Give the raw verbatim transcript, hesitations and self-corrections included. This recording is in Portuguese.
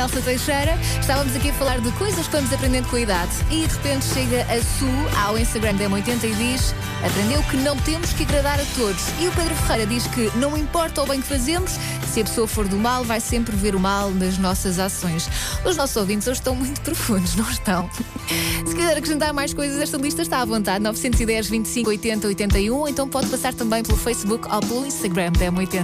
Elsa Teixeira. Estávamos aqui a falar de coisas que vamos aprendendo com a idade e de repente chega a Su ao Instagram da M oitenta e diz: aprendeu que não temos que agradar a todos. E o Pedro Ferreira diz que não importa o bem que fazemos, se a pessoa for do mal, vai sempre ver o mal nas nossas ações. Os nossos ouvintes hoje estão muito profundos, não estão? Se quiser acrescentar mais coisas, esta lista está à vontade. nove um zero, vinte e cinco, oitenta, oitenta e um. Então pode passar também pelo Facebook ou pelo Instagram da M oitenta.